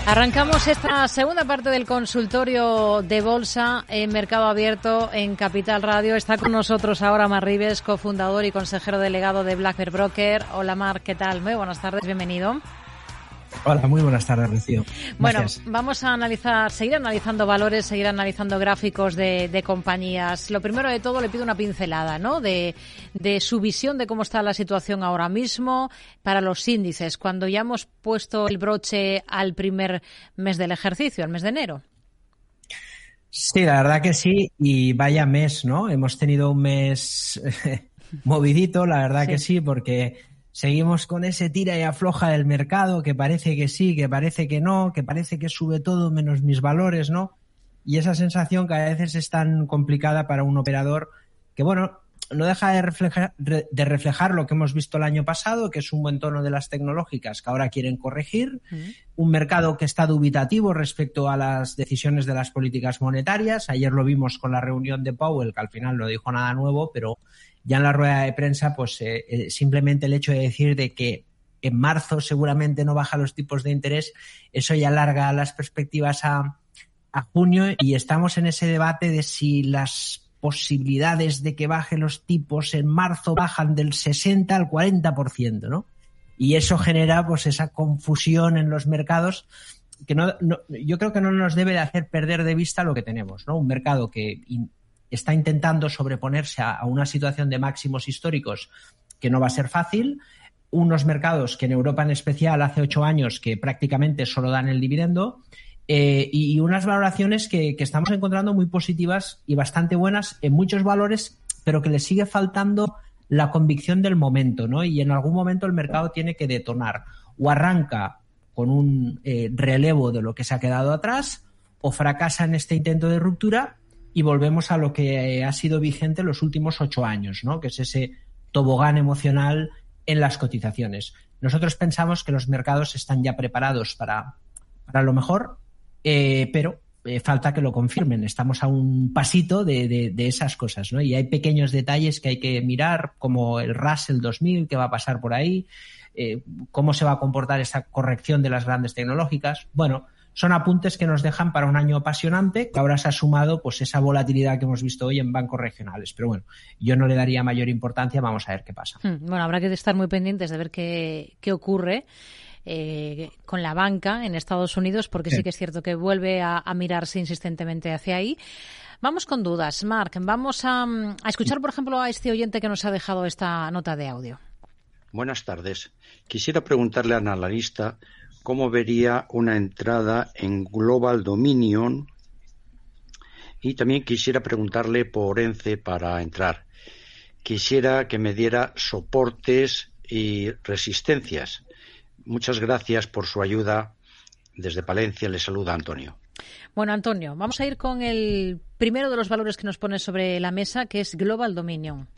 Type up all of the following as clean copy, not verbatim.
Arrancamos esta segunda parte del consultorio de bolsa en Mercado Abierto en Capital Radio. Está con nosotros ahora Marc Ribes, cofundador y consejero delegado de Black Bear Broker. Hola Marc, ¿qué tal? Muy buenas tardes, bienvenido. Hola, muy buenas tardes, Rocío. Bueno, vamos a seguir analizando valores, seguir analizando gráficos de compañías. Lo primero de todo, le pido una pincelada, ¿no? De su visión de cómo está la situación ahora mismo para los índices, cuando ya hemos puesto el broche al primer mes del ejercicio, al mes de enero. Sí, la verdad que sí, y vaya mes, ¿no? Hemos tenido un mes movidito, la verdad que sí, porque seguimos con ese tira y afloja del mercado, que parece que sí, que parece que no, que parece que sube todo menos mis valores, ¿no? Y esa sensación que a veces es tan complicada para un operador que, bueno, no deja de reflejar lo que hemos visto el año pasado, que es un buen tono de las tecnológicas que ahora quieren corregir, un mercado que está dubitativo respecto a las decisiones de las políticas monetarias. Ayer lo vimos con la reunión de Powell, que al final no dijo nada nuevo, pero ya en la rueda de prensa, pues simplemente el hecho de decir de que en marzo seguramente no baja los tipos de interés, eso ya alarga las perspectivas a junio, y estamos en ese debate de si las posibilidades de que bajen los tipos en marzo bajan del 60 al 40%, ¿no? Y eso genera pues esa confusión en los mercados que yo creo que no nos debe de hacer perder de vista lo que tenemos, ¿no? Un mercado que está intentando sobreponerse a una situación de máximos históricos que no va a ser fácil, unos mercados que en Europa en especial hace 8 años que prácticamente solo dan el dividendo, y unas valoraciones que estamos encontrando muy positivas y bastante buenas en muchos valores, pero que le sigue faltando la convicción del momento, ¿no? Y en algún momento el mercado tiene que detonar. O arranca con un relevo de lo que se ha quedado atrás, o fracasa en este intento de ruptura y volvemos a lo que ha sido vigente los últimos 8 años, ¿no? Que es ese tobogán emocional en las cotizaciones. Nosotros pensamos que los mercados están ya preparados para lo mejor, pero falta que lo confirmen. Estamos a un pasito de esas cosas, ¿no? Y hay pequeños detalles que hay que mirar, como el Russell 2000, que va a pasar por ahí, cómo se va a comportar esa corrección de las grandes tecnológicas. Bueno, son apuntes que nos dejan para un año apasionante, que ahora se ha sumado pues esa volatilidad que hemos visto hoy en bancos regionales. Pero bueno, yo no le daría mayor importancia, vamos a ver qué pasa. Bueno, habrá que estar muy pendientes de ver qué ocurre con la banca en Estados Unidos, porque sí que es cierto que vuelve a mirarse insistentemente hacia ahí. Vamos con dudas, Marc. Vamos a escuchar, por ejemplo, a este oyente que nos ha dejado esta nota de audio. Buenas tardes. Quisiera preguntarle al analista cómo vería una entrada en Global Dominion, y también quisiera preguntarle por ENCE para entrar. Quisiera que me diera soportes y resistencias. Muchas gracias por su ayuda. Desde Palencia le saluda Antonio. Bueno, Antonio, vamos a ir con el primero de los valores que nos pone sobre la mesa, que es Global Dominion.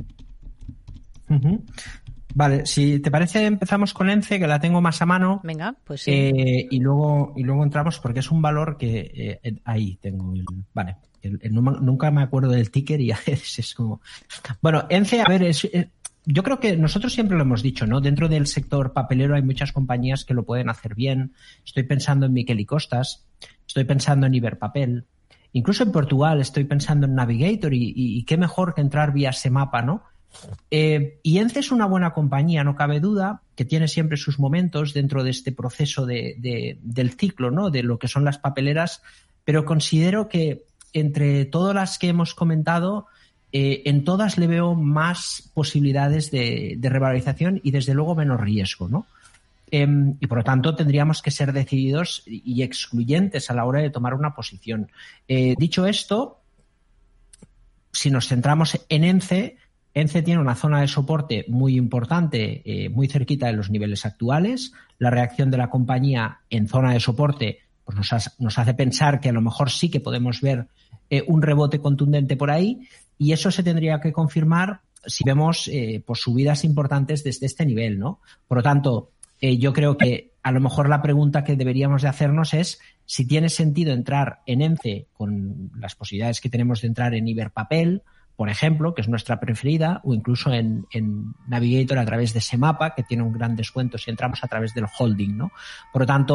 Vale, si te parece empezamos con ENCE, que la tengo más a mano. Venga, pues sí. Y luego entramos, porque es un valor que ahí tengo vale. Nunca me acuerdo del ticker y a veces es como... Bueno, ENCE, a ver, yo creo que nosotros siempre lo hemos dicho, ¿no? Dentro del sector papelero hay muchas compañías que lo pueden hacer bien. Estoy pensando en Miquel y Costas, estoy pensando en Iberpapel, incluso en Portugal estoy pensando en Navigator, y qué mejor que entrar vía Semapa, ¿no? Y ENCE es una buena compañía, no cabe duda, que tiene siempre sus momentos dentro de este proceso del ciclo, ¿no? De lo que son las papeleras, pero considero que entre todas las que hemos comentado, en todas le veo más posibilidades de revalorización y desde luego menos riesgo, ¿no? Y por lo tanto tendríamos que ser decididos y excluyentes a la hora de tomar una posición. Dicho esto, si nos centramos en ENCE tiene una zona de soporte muy importante, muy cerquita de los niveles actuales. La reacción de la compañía en zona de soporte pues nos hace pensar que a lo mejor sí que podemos ver un rebote contundente por ahí, y eso se tendría que confirmar si vemos pues subidas importantes desde este nivel, ¿no? Por lo tanto, yo creo que a lo mejor la pregunta que deberíamos de hacernos es si tiene sentido entrar en ENCE con las posibilidades que tenemos de entrar en Iberpapel, por ejemplo, que es nuestra preferida, o incluso en Navigator a través de Semapa, que tiene un gran descuento si entramos a través del holding, ¿no? Por lo tanto,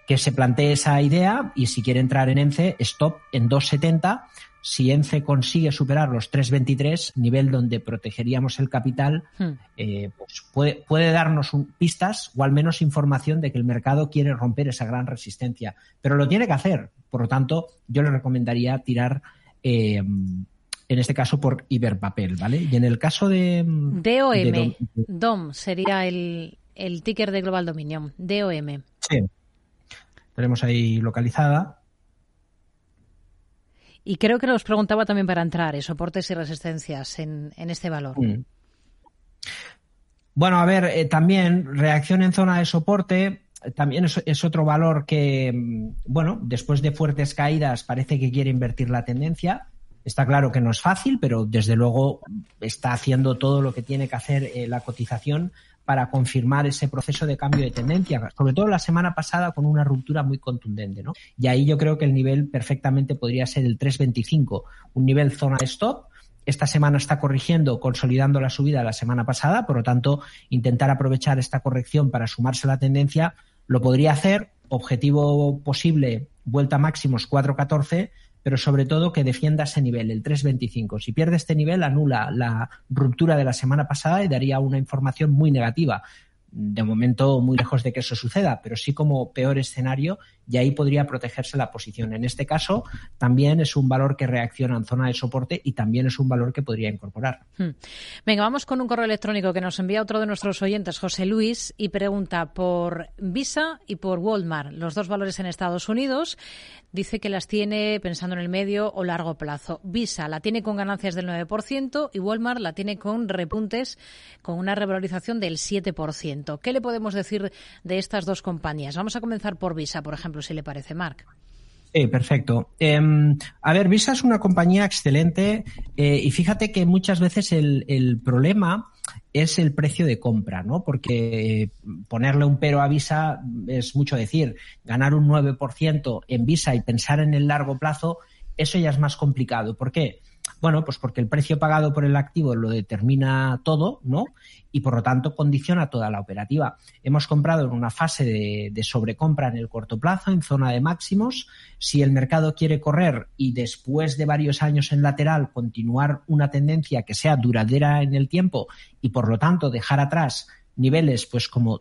que se plantee esa idea y si quiere entrar en ENCE, stop en 2,70. Si ENCE consigue superar los 3,23, nivel donde protegeríamos el capital, pues puede darnos pistas o al menos información de que el mercado quiere romper esa gran resistencia. Pero lo tiene que hacer. Por lo tanto, yo le recomendaría tirar, en este caso, por Iberpapel, ¿vale? Y en el caso de... DOM. DOM sería el ticker de Global Dominion. DOM. Sí. Tenemos ahí localizada. Y creo que nos preguntaba también para entrar, soportes y resistencias en este valor. Bueno, a ver, también reacción en zona de soporte, también es otro valor que, bueno, después de fuertes caídas parece que quiere invertir la tendencia. Está claro que no es fácil, pero desde luego está haciendo todo lo que tiene que hacer la cotización para confirmar ese proceso de cambio de tendencia, sobre todo la semana pasada con una ruptura muy contundente, ¿no? Y ahí yo creo que el nivel perfectamente podría ser el 3,25, un nivel zona de stop. Esta semana está corrigiendo, consolidando la subida de la semana pasada, por lo tanto, intentar aprovechar esta corrección para sumarse a la tendencia lo podría hacer. Objetivo posible, vuelta máximos 4,14, pero sobre todo que defienda ese nivel, el 3,25. Si pierde este nivel, anula la ruptura de la semana pasada y daría una información muy negativa. De momento, muy lejos de que eso suceda, pero sí como peor escenario, y ahí podría protegerse la posición. En este caso, también es un valor que reacciona en zona de soporte y también es un valor que podría incorporar. Venga, vamos con un correo electrónico que nos envía otro de nuestros oyentes, José Luis, y pregunta por Visa y por Walmart, los dos valores en Estados Unidos. Dice que las tiene pensando en el medio o largo plazo. Visa la tiene con ganancias del 9% y Walmart la tiene con repuntes, con una revalorización del 7%. ¿Qué le podemos decir de estas dos compañías? Vamos a comenzar por Visa, por ejemplo, si le parece, Marc. Sí, perfecto. A ver, Visa es una compañía excelente y fíjate que muchas veces el problema es el precio de compra, ¿no? Porque ponerle un pero a Visa es mucho decir. Ganar un 9% en Visa y pensar en el largo plazo, eso ya es más complicado. ¿Por qué? Bueno, pues porque el precio pagado por el activo lo determina todo, ¿no? Y por lo tanto condiciona toda la operativa. Hemos comprado en una fase de sobrecompra en el corto plazo, en zona de máximos. Si el mercado quiere correr y después de varios años en lateral continuar una tendencia que sea duradera en el tiempo y por lo tanto dejar atrás niveles pues como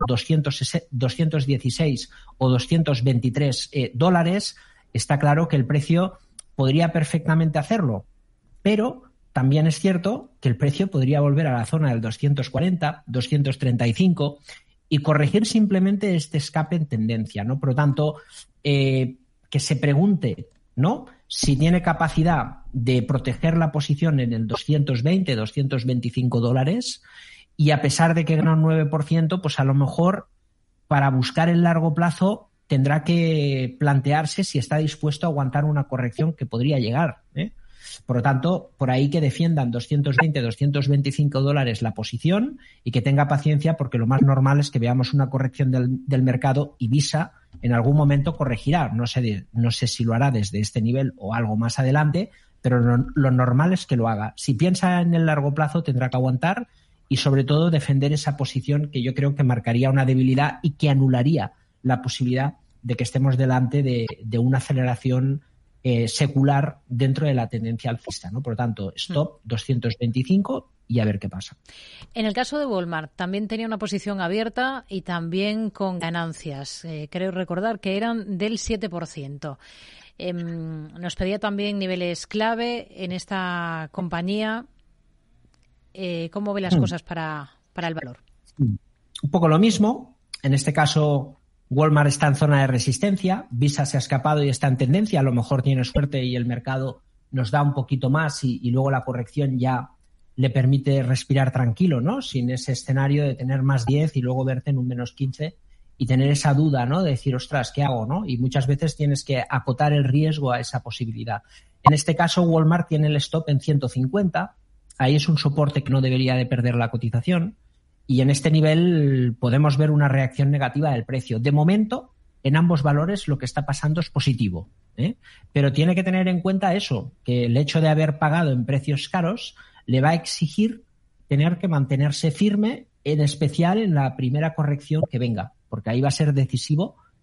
216 o 223 dólares, está claro que el precio podría perfectamente hacerlo. Pero también es cierto que el precio podría volver a la zona del 240, 235 y corregir simplemente este escape en tendencia, ¿no? Por lo tanto, que se pregunte, ¿no?, si tiene capacidad de proteger la posición en el 220, 225 dólares y a pesar de que gana un 9%, pues a lo mejor para buscar el largo plazo tendrá que plantearse si está dispuesto a aguantar una corrección que podría llegar, ¿eh? Por lo tanto, por ahí que defiendan 220, 225 dólares la posición y que tenga paciencia porque lo más normal es que veamos una corrección del mercado y Visa en algún momento corregirá. No sé si lo hará desde este nivel o algo más adelante, pero lo normal es que lo haga. Si piensa en el largo plazo tendrá que aguantar y sobre todo defender esa posición que yo creo que marcaría una debilidad y que anularía la posibilidad de que estemos delante de una aceleración secular dentro de la tendencia alcista, ¿no? Por lo tanto, stop 225 y a ver qué pasa. En el caso de Walmart, también tenía una posición abierta y también con ganancias. Creo recordar que eran del 7%. Nos pedía también niveles clave en esta compañía. ¿Cómo ve las cosas para el valor? Un poco lo mismo. En este caso, Walmart está en zona de resistencia, Visa se ha escapado y está en tendencia, a lo mejor tiene suerte y el mercado nos da un poquito más y luego la corrección ya le permite respirar tranquilo, ¿no? Sin ese escenario de tener más 10 y luego verte en un menos 15 y tener esa duda, ¿no? De decir, ostras, ¿qué hago, no? Y muchas veces tienes que acotar el riesgo a esa posibilidad. En este caso, Walmart tiene el stop en 150, ahí es un soporte que no debería de perder la cotización. Y en este nivel podemos ver una reacción negativa del precio. De momento, en ambos valores lo que está pasando es positivo, ¿eh? Pero tiene que tener en cuenta eso, que el hecho de haber pagado en precios caros le va a exigir tener que mantenerse firme, en especial en la primera corrección que venga, porque ahí va a ser decisivo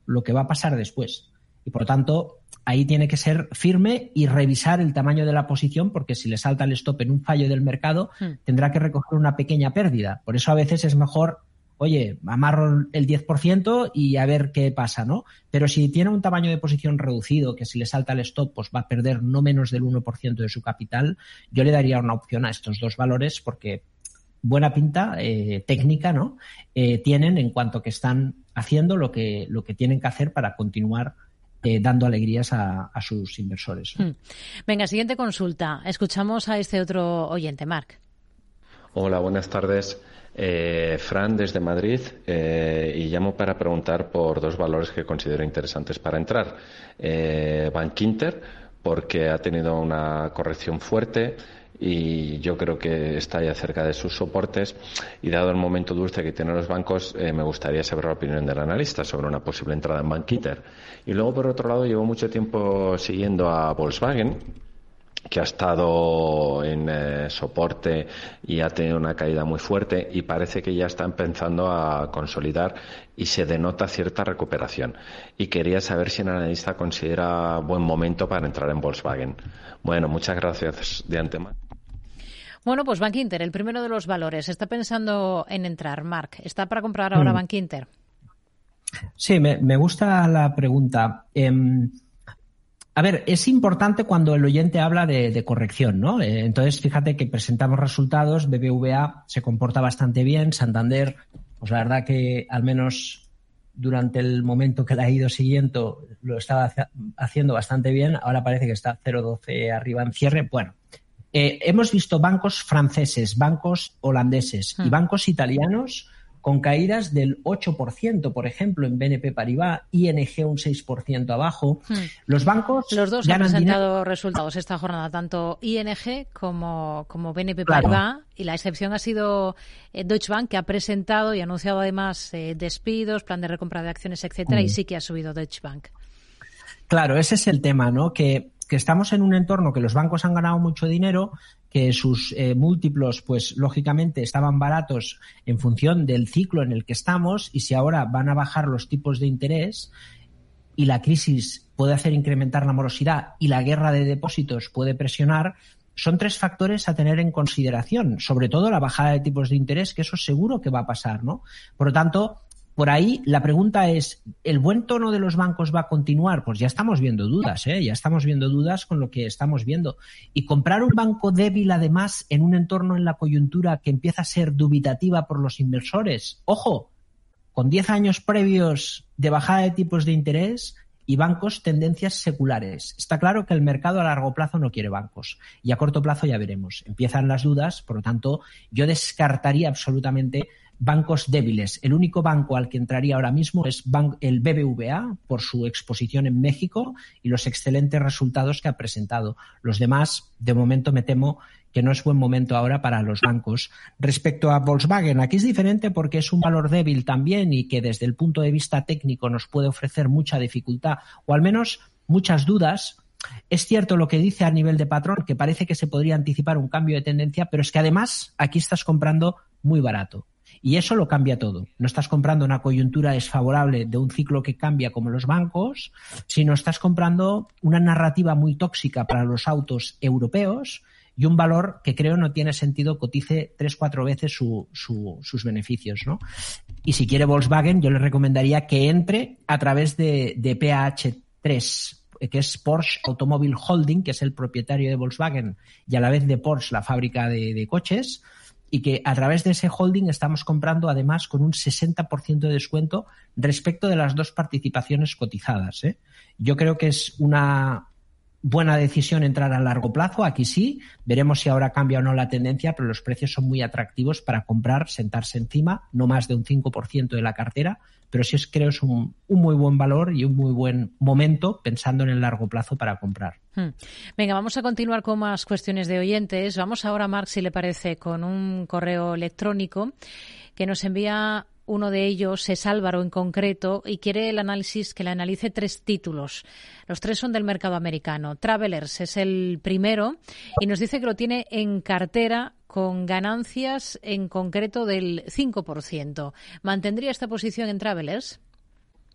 lo que va a pasar después. Y por lo tanto, ahí tiene que ser firme y revisar el tamaño de la posición, porque si le salta el stop en un fallo del mercado, tendrá que recoger una pequeña pérdida. Por eso a veces es mejor, oye, amarro el 10% y a ver qué pasa, ¿no? Pero si tiene un tamaño de posición reducido, que si le salta el stop, pues va a perder no menos del 1% de su capital, yo le daría una opción a estos dos valores porque buena pinta técnica, ¿no? Tienen en cuanto que están haciendo lo que tienen que hacer para continuar dando alegrías a sus inversores. Venga, siguiente consulta. Escuchamos a este otro oyente, Marc. Hola, buenas tardes. Fran desde Madrid y llamo para preguntar por dos valores que considero interesantes para entrar. Bankinter, porque ha tenido una corrección fuerte y yo creo que está ya cerca de sus soportes, y dado el momento dulce que tienen los bancos, me gustaría saber la opinión del analista sobre una posible entrada en Bankinter. Y luego, por otro lado, llevo mucho tiempo siguiendo a Volkswagen, que ha estado en soporte y ha tenido una caída muy fuerte, y parece que ya está empezando a consolidar y se denota cierta recuperación. Y quería saber si el analista considera buen momento para entrar en Volkswagen. Bueno, muchas gracias de antemano. Bueno, pues Bankinter, el primero de los valores. ¿Está pensando en entrar, Marc? ¿Está para comprar ahora Bankinter? Sí, me gusta la pregunta. A ver, es importante cuando el oyente habla de corrección, ¿no? Entonces, fíjate que presentamos resultados, BBVA se comporta bastante bien, Santander, pues la verdad que al menos durante el momento que la ha ido siguiendo lo estaba haciendo bastante bien, ahora parece que está 0,12 arriba en cierre. Bueno, hemos visto bancos franceses, bancos holandeses y bancos italianos con caídas del 8%, por ejemplo, en BNP Paribas, ING un 6% abajo. Los bancos... Los dos han presentado resultados esta jornada, tanto ING como BNP Paribas, y la excepción ha sido Deutsche Bank, que ha presentado y anunciado además despidos, plan de recompra de acciones, etcétera, y sí que ha subido Deutsche Bank. Claro, ese es el tema, ¿no? Que estamos en un entorno que los bancos han ganado mucho dinero, que sus múltiplos, pues lógicamente estaban baratos en función del ciclo en el que estamos, y si ahora van a bajar los tipos de interés y la crisis puede hacer incrementar la morosidad y la guerra de depósitos puede presionar, son tres factores a tener en consideración, sobre todo la bajada de tipos de interés, que eso seguro que va a pasar, ¿no? Por lo tanto, por ahí la pregunta es, ¿el buen tono de los bancos va a continuar? Pues ya estamos viendo dudas, ya estamos viendo dudas con lo que estamos viendo. Y comprar un banco débil, además, en un entorno en la coyuntura que empieza a ser dubitativa por los inversores, ojo, con 10 años previos de bajada de tipos de interés y bancos tendencias seculares. Está claro que el mercado a largo plazo no quiere bancos y a corto plazo ya veremos. Empiezan las dudas, por lo tanto, yo descartaría absolutamente bancos débiles. El único banco al que entraría ahora mismo es el BBVA, por su exposición en México y los excelentes resultados que ha presentado. Los demás, de momento, me temo que no es buen momento ahora para los bancos. Respecto a Volkswagen, aquí es diferente porque es un valor débil también y que desde el punto de vista técnico nos puede ofrecer mucha dificultad o al menos muchas dudas. Es cierto lo que dice a nivel de patrón, que parece que se podría anticipar un cambio de tendencia, pero es que además aquí estás comprando muy barato. Y eso lo cambia todo. No estás comprando una coyuntura desfavorable de un ciclo que cambia como los bancos, sino estás comprando una narrativa muy tóxica para los autos europeos y un valor que creo no tiene sentido cotice 3-4 veces sus beneficios, ¿no? Y si quiere Volkswagen, yo le recomendaría que entre a través de PH3, que es Porsche Automobile Holding, que es el propietario de Volkswagen y a la vez de Porsche, la fábrica de coches, y que a través de ese holding estamos comprando además con un 60% de descuento respecto de las dos participaciones cotizadas. Yo creo que es una buena decisión entrar a largo plazo, aquí sí, veremos si ahora cambia o no la tendencia, pero los precios son muy atractivos para comprar, sentarse encima, no más de un 5% de la cartera, pero sí creo es un muy buen valor y un muy buen momento pensando en el largo plazo para comprar. Venga, vamos a continuar con más cuestiones de oyentes. Vamos ahora, Marc, si le parece, con un correo electrónico que nos envía uno de ellos, es Álvaro en concreto, y quiere el análisis, que le analice 3 títulos. Los 3 son del mercado americano. Travelers es el primero y nos dice que lo tiene en cartera con ganancias en concreto del 5%. ¿Mantendría esta posición en Travelers?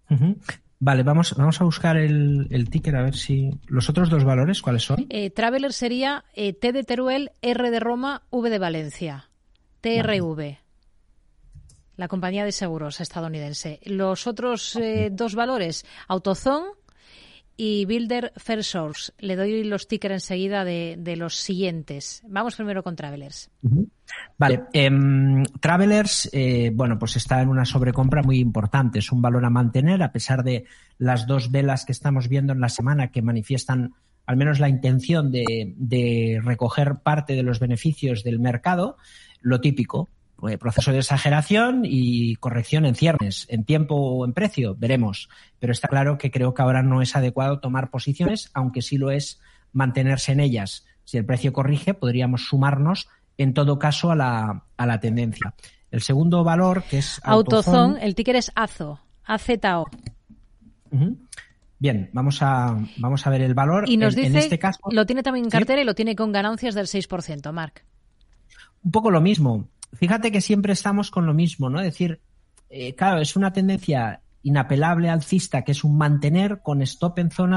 Uh-huh. Vale, vamos a buscar el ticker a ver si... ¿Los otros dos valores cuáles son? Traveler sería T de Teruel, R de Roma, V de Valencia. TRV. Vale. La compañía de seguros estadounidense. Los otros dos valores, AutoZone y Builder Fairsource. Le doy los tickers enseguida de los siguientes. Vamos primero con Travelers. Uh-huh. Vale, Travelers, bueno, pues está en una sobrecompra muy importante. Es un valor a mantener a pesar de las dos velas que estamos viendo en la semana que manifiestan al menos la intención de recoger parte de los beneficios del mercado. Lo típico, proceso de exageración y corrección en cierres, en tiempo o en precio, veremos. Pero está claro que creo que ahora no es adecuado tomar posiciones, aunque sí lo es mantenerse en ellas. Si el precio corrige, podríamos sumarnos en todo caso a la tendencia. El segundo valor, que es AutoZone, el ticker es AZO, AZO. Uh-huh. Bien, vamos a ver el valor. Y nos dice, en este caso, lo tiene también en cartera, ¿sí? Y lo tiene con ganancias del 6%, Marc. Un poco lo mismo. Fíjate que siempre estamos con lo mismo, ¿no? Es decir, claro, es una tendencia inapelable alcista, que es un mantener con stop en zona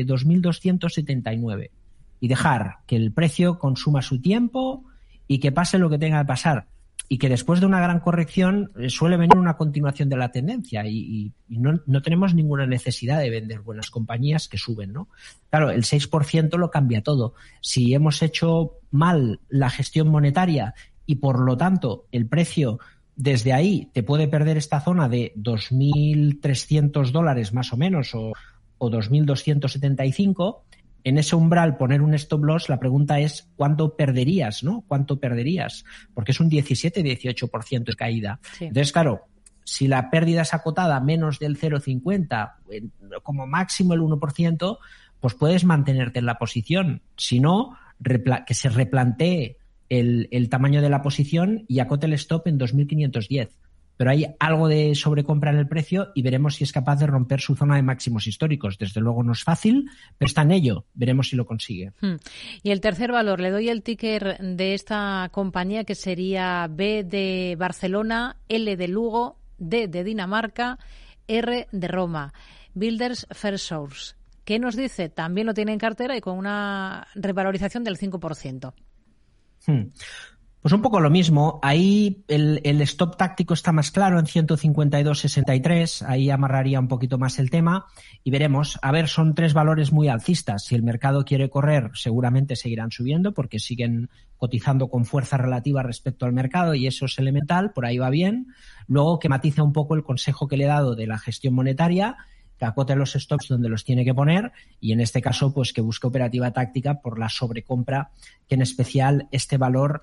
2.279 y dejar que el precio consuma su tiempo y que pase lo que tenga que pasar. Y que después de una gran corrección suele venir una continuación de la tendencia y no tenemos ninguna necesidad de vender buenas compañías que suben, ¿no? Claro, el 6% lo cambia todo. Si hemos hecho mal la gestión monetaria y por lo tanto el precio desde ahí te puede perder esta zona de $2.300 más o menos o 2.275, en ese umbral poner un stop loss, la pregunta es ¿cuánto perderías, no? ¿Cuánto perderías? Porque es un 17-18% de caída. Sí. Entonces, claro, si la pérdida es acotada menos del 0,50, como máximo el 1%, pues puedes mantenerte en la posición. Si no, que se replantee el tamaño de la posición y acote el stop en 2.510. Pero hay algo de sobrecompra en el precio y veremos si es capaz de romper su zona de máximos históricos. Desde luego no es fácil, pero está en ello. Veremos si lo consigue. Y el tercer valor, le doy el ticker de esta compañía que sería B de Barcelona, L de Lugo, D de Dinamarca, R de Roma. Builders Fairsource. ¿Qué nos dice? También lo tiene en cartera y con una revalorización del 5%. Pues un poco lo mismo. Ahí el stop táctico está más claro en 152.63. Ahí amarraría un poquito más el tema y veremos. A ver, son tres valores muy alcistas. Si el mercado quiere correr, seguramente seguirán subiendo porque siguen cotizando con fuerza relativa respecto al mercado y eso es elemental. Por ahí va bien. Luego que matiza un poco el consejo que le he dado de la gestión monetaria, que acote los stops donde los tiene que poner y en este caso pues que busque operativa táctica por la sobrecompra que en especial este valor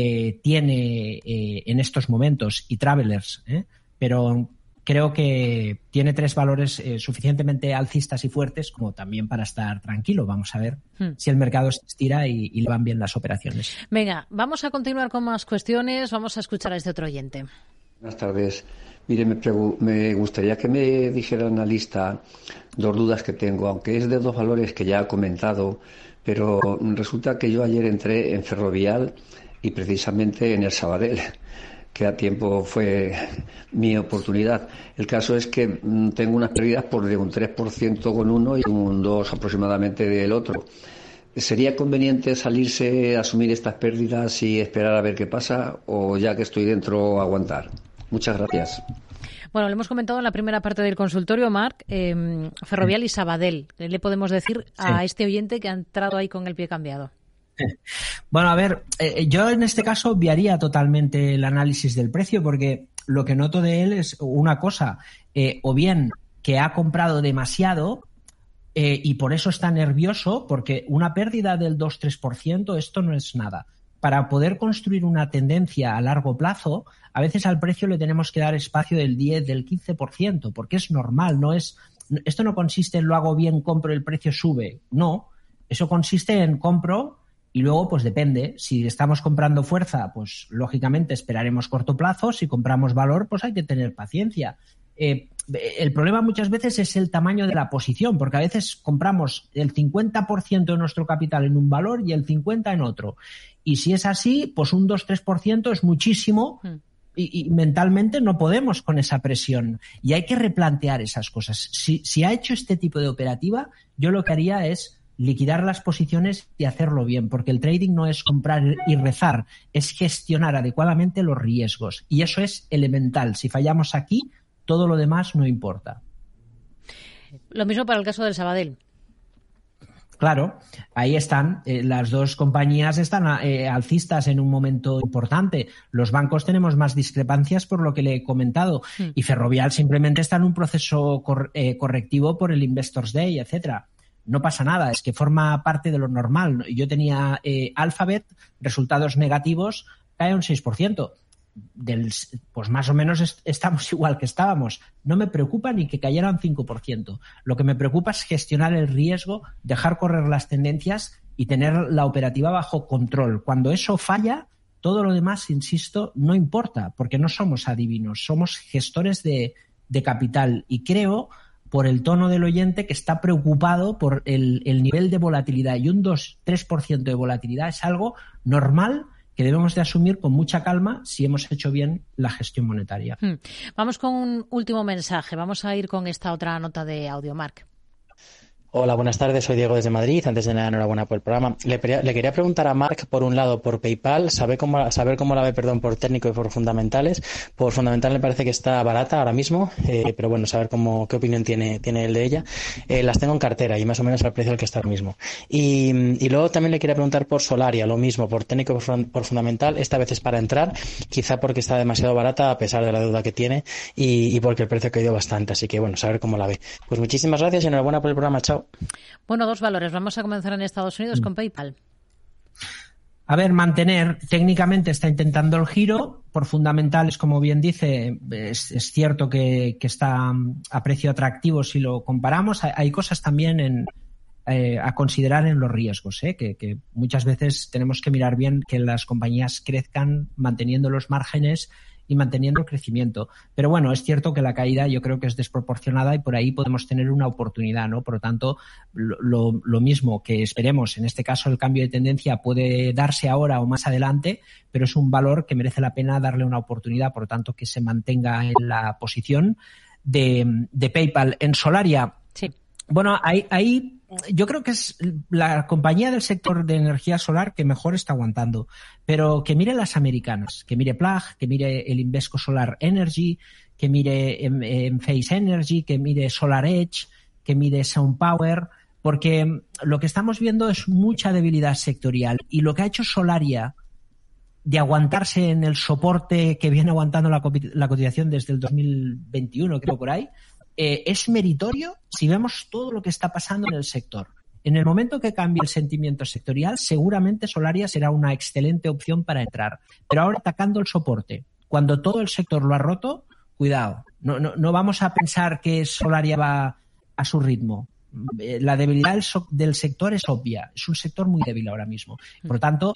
tiene en estos momentos y Travelers, pero creo que tiene tres valores suficientemente alcistas y fuertes como también para estar tranquilo. Vamos a ver si el mercado se estira y le van bien las operaciones. Venga, vamos a continuar con más cuestiones. Vamos a escuchar a este otro oyente. Buenas tardes. Mire, me gustaría que me dijera el analista dos dudas que tengo, aunque es de dos valores que ya ha comentado, pero resulta que yo ayer entré en Ferrovial y precisamente en el Sabadell, que a tiempo fue mi oportunidad. El caso es que tengo unas pérdidas por de un 3% con uno y un 2% aproximadamente del otro. ¿Sería conveniente salirse, asumir estas pérdidas y esperar a ver qué pasa o ya que estoy dentro aguantar? Muchas gracias. Bueno, lo hemos comentado en la primera parte del consultorio, Marc, Ferrovial y Sabadell. ¿Qué le podemos decir a este oyente que ha entrado ahí con el pie cambiado? Bueno, a ver, yo en este caso obviaría totalmente el análisis del precio porque lo que noto de él es una cosa, o bien que ha comprado demasiado y por eso está nervioso, porque una pérdida del 2-3% esto no es nada. Para poder construir una tendencia a largo plazo, a veces al precio le tenemos que dar espacio del 10, del 15%, porque es normal, esto no consiste en lo hago bien, compro, el precio sube. No, eso consiste en compro y luego pues depende. Si estamos comprando fuerza, pues lógicamente esperaremos corto plazo. Si compramos valor, pues hay que tener paciencia. El problema muchas veces es el tamaño de la posición, porque a veces compramos el 50% de nuestro capital en un valor y el 50% en otro. Y si es así, pues un 2-3% es muchísimo y mentalmente no podemos con esa presión y hay que replantear esas cosas. Si ha hecho este tipo de operativa, yo lo que haría es liquidar las posiciones y hacerlo bien, porque el trading no es comprar y rezar, es gestionar adecuadamente los riesgos y eso es elemental. Si fallamos aquí, todo lo demás no importa. Lo mismo para el caso del Sabadell. Claro, ahí están. Las dos compañías están alcistas en un momento importante. Los bancos tenemos más discrepancias por lo que le he comentado. Y Ferrovial simplemente está en un proceso correctivo por el Investors Day, etcétera. No pasa nada, es que forma parte de lo normal. Yo tenía Alphabet, resultados negativos, cae un 6%. Pues más o menos estamos igual que estábamos. No me preocupa ni que cayera un 5%. Lo que me preocupa es gestionar el riesgo, dejar correr las tendencias y tener la operativa bajo control. Cuando eso falla, todo lo demás, insisto, no importa, porque no somos adivinos, somos gestores de capital. Y creo, por el tono del oyente, que está preocupado por el nivel de volatilidad. Y un 2-3% de volatilidad es algo normal que debemos de asumir con mucha calma si hemos hecho bien la gestión monetaria. Vamos con un último mensaje. Vamos a ir con esta otra nota de audio, Marc. Hola, buenas tardes. Soy Diego desde Madrid. Antes de nada, enhorabuena por el programa. Le quería preguntar a Marc, por un lado, por PayPal, saber cómo la ve, por técnico y por fundamentales. Por fundamental me parece que está barata ahora mismo, pero bueno, saber qué opinión tiene él de ella. Las tengo en cartera y más o menos al precio al que está ahora mismo. Y luego también le quería preguntar por Solaria, lo mismo, por técnico y por fundamental. Esta vez es para entrar, quizá porque está demasiado barata a pesar de la deuda que tiene y porque el precio ha caído bastante. Así que bueno, saber cómo la ve. Pues muchísimas gracias y enhorabuena por el programa. Chao. Bueno, dos valores. Vamos a comenzar en Estados Unidos con PayPal. A ver, mantener. Técnicamente está intentando el giro. Por fundamentales, como bien dice, es cierto que está a precio atractivo si lo comparamos. Hay cosas también a considerar en los riesgos, que muchas veces tenemos que mirar bien que las compañías crezcan manteniendo los márgenes y manteniendo el crecimiento. Pero bueno, es cierto que la caída yo creo que es desproporcionada y por ahí podemos tener una oportunidad, ¿no? Por lo tanto, lo mismo que esperemos, en este caso el cambio de tendencia puede darse ahora o más adelante, pero es un valor que merece la pena darle una oportunidad, por lo tanto que se mantenga en la posición de PayPal. En Solaria, sí. Bueno, ahí yo creo que es la compañía del sector de energía solar que mejor está aguantando, pero que mire las americanas, que mire Plug, que mire el Invesco Solar Energy, que mire Enphase Energy, que mire SolarEdge, que mire SunPower, porque lo que estamos viendo es mucha debilidad sectorial y lo que ha hecho Solaria de aguantarse en el soporte que viene aguantando la cotización desde el 2021, creo por ahí, es meritorio si vemos todo lo que está pasando en el sector. En el momento que cambie el sentimiento sectorial, seguramente Solaria será una excelente opción para entrar. Pero ahora atacando el soporte, cuando todo el sector lo ha roto, cuidado. No vamos a pensar que Solaria va a su ritmo. La debilidad del sector es obvia. Es un sector muy débil ahora mismo. Por lo tanto,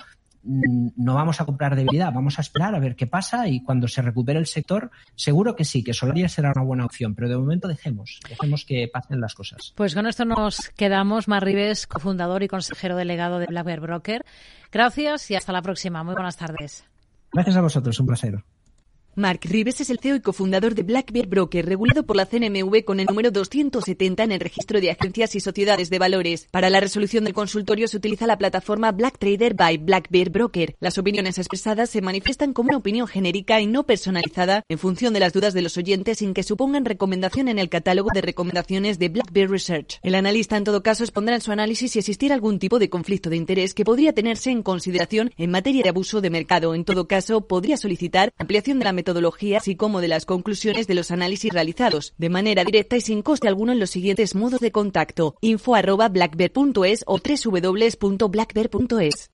no vamos a comprar debilidad, vamos a esperar a ver qué pasa y cuando se recupere el sector, seguro que sí, que Solaria será una buena opción, pero de momento dejemos que pasen las cosas. Pues con esto nos quedamos. Marc Ribes, cofundador y consejero delegado de Black Bear Broker. Gracias y hasta la próxima. Muy buenas tardes. Gracias a vosotros, un placer. Marc Ribes es el CEO y cofundador de Black Bear Broker, regulado por la CNMV con el número 270 en el registro de agencias y sociedades de valores. Para la resolución del consultorio se utiliza la plataforma Black Trader by Black Bear Broker. Las opiniones expresadas se manifiestan como una opinión genérica y no personalizada en función de las dudas de los oyentes sin que supongan recomendación en el catálogo de recomendaciones de Black Bear Research. El analista en todo caso expondrá en su análisis si existiera algún tipo de conflicto de interés que podría tenerse en consideración en materia de abuso de mercado. En todo caso, podría solicitar ampliación de la metodología así como de las conclusiones de los análisis realizados de manera directa y sin coste alguno en los siguientes modos de contacto: info@blackbear.es o www.blackbear.es.